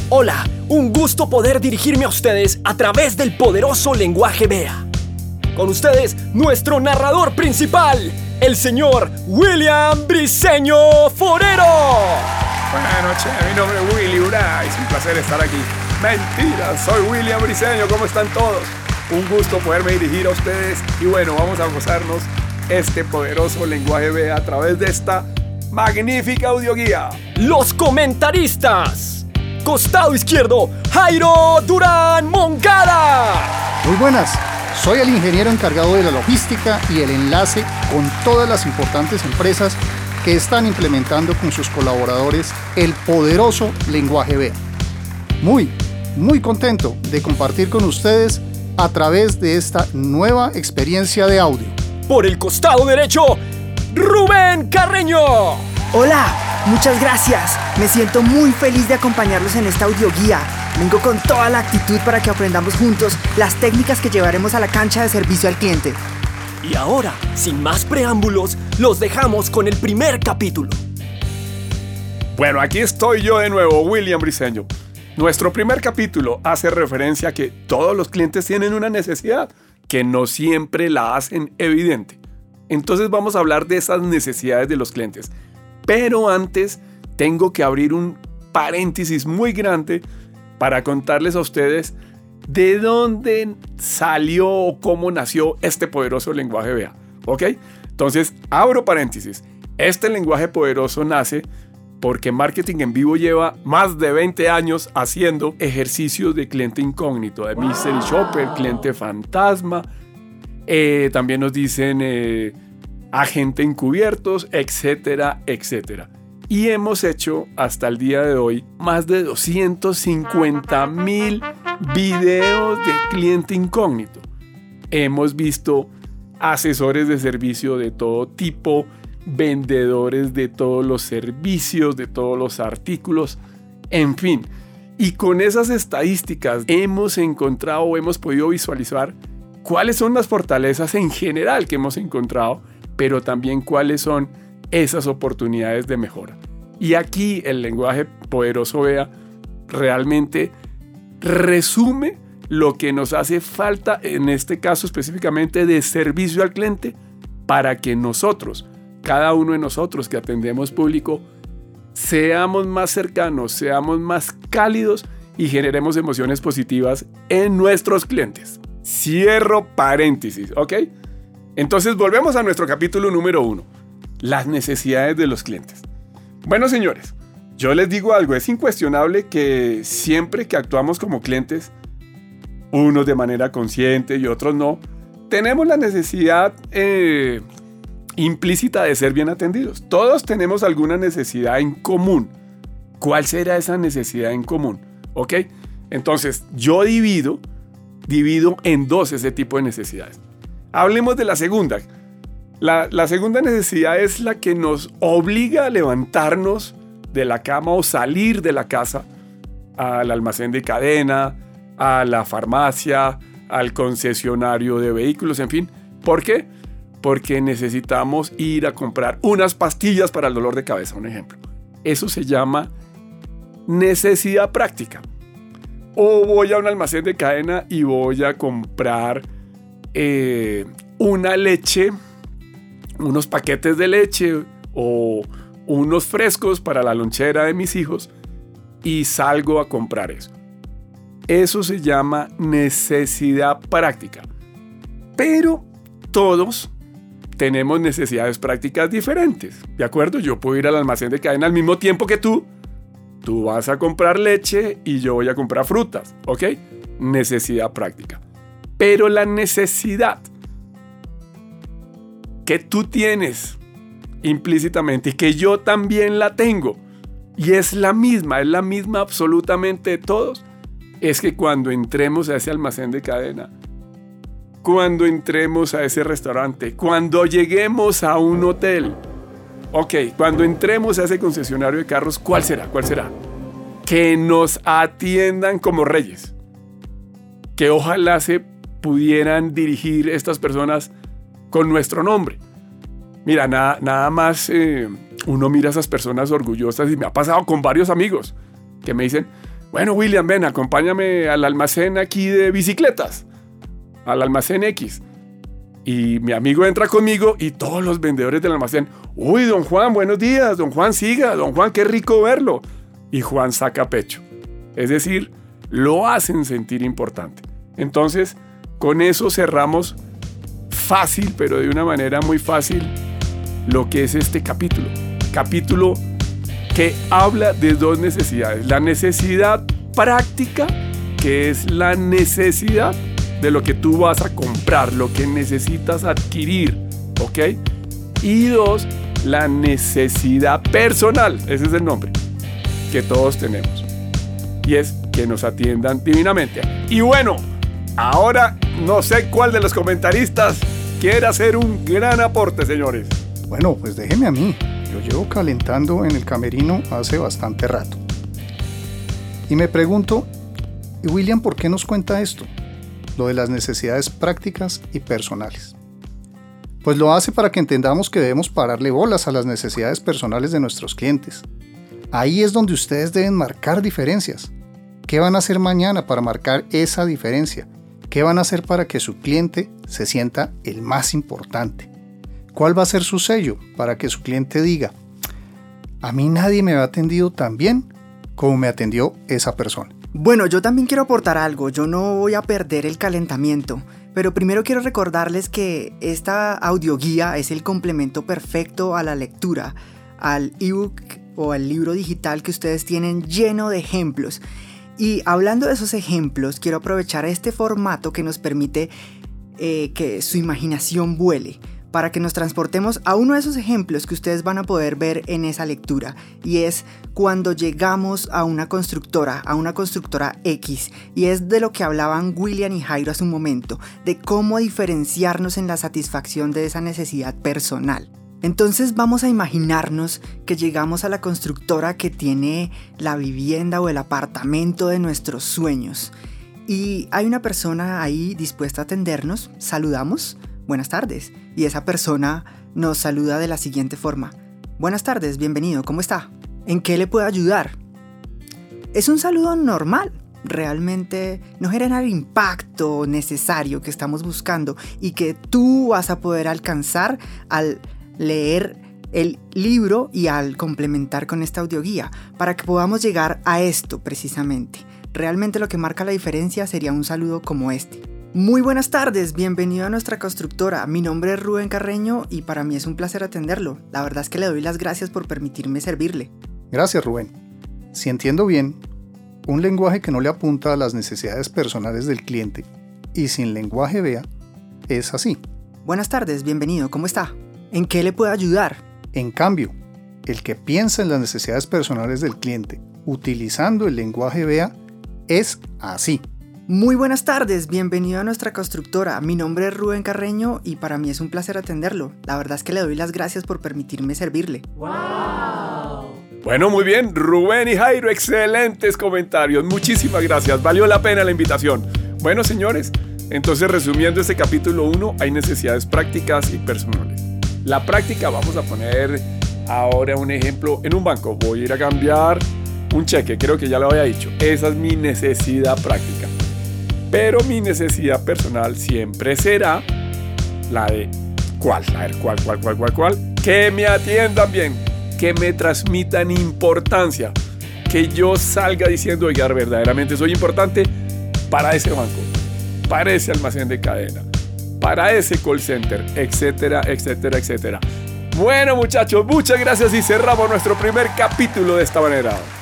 Hola, un gusto poder dirigirme a ustedes a través del poderoso lenguaje BEA. Con ustedes, nuestro narrador principal, el señor William Briceño Forero. Buenas noches, mi nombre es Willy Ura, es un placer estar aquí. Mentira, soy William Briceño, ¿cómo están todos? Un gusto poderme dirigir a ustedes y bueno, vamos a gozarnos este poderoso lenguaje BEA a través de esta magnífica audioguía. Los comentaristas. Costado izquierdo, Jairo Durán Mongada. Muy buenas, soy el ingeniero encargado de la logística y el enlace con todas las importantes empresas que están implementando con sus colaboradores el poderoso lenguaje BEA. Muy contento de compartir con ustedes a través de esta nueva experiencia de audio. Por el costado derecho, Rubén Carreño. Hola, muchas gracias. Me siento muy feliz de acompañarlos en esta audioguía. Vengo con toda la actitud para que aprendamos juntos las técnicas que llevaremos a la cancha de servicio al cliente. Y ahora, sin más preámbulos, los dejamos con el primer capítulo. Bueno, aquí estoy yo de nuevo, William Briceño. Nuestro primer capítulo hace referencia a que todos los clientes tienen una necesidad, que no siempre la hacen evidente. Entonces vamos a hablar de esas necesidades de los clientes. Pero antes tengo que abrir un paréntesis muy grande para contarles a ustedes de dónde salió o cómo nació este poderoso lenguaje BEA. ¿Ok? Entonces abro paréntesis. Este lenguaje poderoso nace porque Marketing en Vivo lleva más de 20 años haciendo ejercicios de cliente incógnito, de Mystery Shopper, cliente fantasma, también nos dicen agente encubiertos, etcétera, etcétera. Y hemos hecho hasta el día de hoy más de 250,000 videos de cliente incógnito. Hemos visto asesores de servicio de todo tipo, vendedores de todos los servicios, de todos los artículos, en fin. Y con esas estadísticas hemos encontrado o hemos podido visualizar cuáles son las fortalezas en general que hemos encontrado, pero también cuáles son esas oportunidades de mejora. Y aquí el lenguaje poderoso BEA realmente resume lo que nos hace falta, en este caso específicamente de servicio al cliente, para que nosotros, cada uno de nosotros que atendemos público, seamos más cercanos, seamos más cálidos y generemos emociones positivas en nuestros clientes. Cierro paréntesis, ¿ok? Entonces volvemos a nuestro capítulo número 1, las necesidades de los clientes. Bueno, señores, yo les digo algo, es incuestionable que siempre que actuamos como clientes, unos de manera consciente y otros no, tenemos la necesidad implícita de ser bien atendidos. Todos tenemos alguna necesidad en común. ¿Cuál será esa necesidad en común? ¿Ok? Entonces, yo divido en dos ese tipo de necesidades. Hablemos de la segunda. La segunda necesidad es la que nos obliga a levantarnos de la cama o salir de la casa al almacén de cadena, a la farmacia, al concesionario de vehículos, en fin. ¿Por qué? Porque necesitamos ir a comprar unas pastillas para el dolor de cabeza, un ejemplo. Eso se llama necesidad práctica. O voy a un almacén de cadena y voy a comprar una leche, unos paquetes de leche o unos frescos para la lonchera de mis hijos y salgo a comprar eso. Eso se llama necesidad práctica. Pero todos tenemos necesidades prácticas diferentes, ¿de acuerdo? Yo puedo ir al almacén de cadena al mismo tiempo que tú. Tú vas a comprar leche y yo voy a comprar frutas, ¿ok? Necesidad práctica. Pero la necesidad que tú tienes implícitamente y que yo también la tengo, y es la misma absolutamente de todos, es que cuando entremos a ese almacén de cadena, cuando entremos a ese restaurante, cuando lleguemos a un hotel, ok, cuando entremos a ese concesionario de carros, ¿cuál será? Que nos atiendan como reyes. Que ojalá se pudieran dirigir estas personas con nuestro nombre. Mira, nada más uno mira a esas personas orgullosas y me ha pasado con varios amigos que me dicen, Bueno, William, ven, acompáñame al almacén aquí de bicicletas, al almacén X. Y mi amigo entra conmigo y todos los vendedores del almacén, uy, don Juan, buenos días, don Juan, siga, don Juan, qué rico verlo. Y Juan saca pecho. Es decir, lo hacen sentir importante. Entonces, con eso cerramos fácil, pero de una manera muy fácil, lo que es este capítulo. Capítulo que habla de dos necesidades. La necesidad práctica, que es la necesidad de lo que tú vas a comprar, lo que necesitas adquirir, ¿ok? Y dos, la necesidad personal, ese es el nombre, que todos tenemos. Y es que nos atiendan divinamente. Y bueno, ahora no sé cuál de los comentaristas quiere hacer un gran aporte, señores. Bueno, pues déjeme a mí. Yo llevo calentando en el camerino hace bastante rato. Y me pregunto, ¿y William por qué nos cuenta esto? Lo de las necesidades prácticas y personales. Pues lo hace para que entendamos que debemos pararle bolas a las necesidades personales de nuestros clientes. Ahí es donde ustedes deben marcar diferencias. ¿Qué van a hacer mañana para marcar esa diferencia? ¿Qué van a hacer para que su cliente se sienta el más importante? ¿Cuál va a ser su sello para que su cliente diga, a mí nadie me ha atendido tan bien como me atendió esa persona? Bueno, yo también quiero aportar algo, yo no voy a perder el calentamiento, pero primero quiero recordarles que esta audioguía es el complemento perfecto a la lectura, al ebook o al libro digital que ustedes tienen lleno de ejemplos. Y hablando de esos ejemplos, quiero aprovechar este formato que nos permite que su imaginación vuele, para que nos transportemos a uno de esos ejemplos que ustedes van a poder ver en esa lectura, y es cuando llegamos a una constructora X, y es de lo que hablaban William y Jairo hace un momento, de cómo diferenciarnos en la satisfacción de esa necesidad personal. Entonces vamos a imaginarnos que llegamos a la constructora que tiene la vivienda o el apartamento de nuestros sueños, y hay una persona ahí dispuesta a atendernos. Saludamos, buenas tardes, y esa persona nos saluda de la siguiente forma: buenas tardes, bienvenido, ¿cómo está? ¿En qué le puedo ayudar? Es un saludo normal, realmente no genera el impacto necesario que estamos buscando y que tú vas a poder alcanzar al leer el libro y al complementar con esta audioguía, para que podamos llegar a esto precisamente. Realmente lo que marca la diferencia sería un saludo como este. Muy buenas tardes, bienvenido a nuestra constructora. Mi nombre es Rubén Carreño y para mí es un placer atenderlo. La verdad es que le doy las gracias por permitirme servirle. Gracias, Rubén. Si entiendo bien, un lenguaje que no le apunta a las necesidades personales del cliente y sin lenguaje vea es así. Buenas tardes, bienvenido, ¿cómo está? ¿En qué le puedo ayudar? En cambio, el que piensa en las necesidades personales del cliente utilizando el lenguaje vea es así. Muy buenas tardes, bienvenido a nuestra constructora. Mi nombre es Rubén Carreño y para mí es un placer atenderlo. La verdad es que le doy las gracias por permitirme servirle. ¡Wow! Bueno, muy bien, Rubén y Jairo, excelentes comentarios. Muchísimas gracias, valió la pena la invitación. Bueno, señores, entonces resumiendo este capítulo 1, hay necesidades prácticas y personales. La práctica, vamos a poner ahora un ejemplo en un banco. Voy a ir a cambiar un cheque, creo que ya lo había dicho. Esa es mi necesidad práctica. Pero mi necesidad personal siempre será la de ¿cuál? A ver, ¿cuál? Que me atiendan bien, que me transmitan importancia, que yo salga diciendo, oiga, verdaderamente soy importante para ese banco, para ese almacén de cadena, para ese call center, etcétera, etcétera, etcétera. Bueno, muchachos, muchas gracias y cerramos nuestro primer capítulo de esta manera.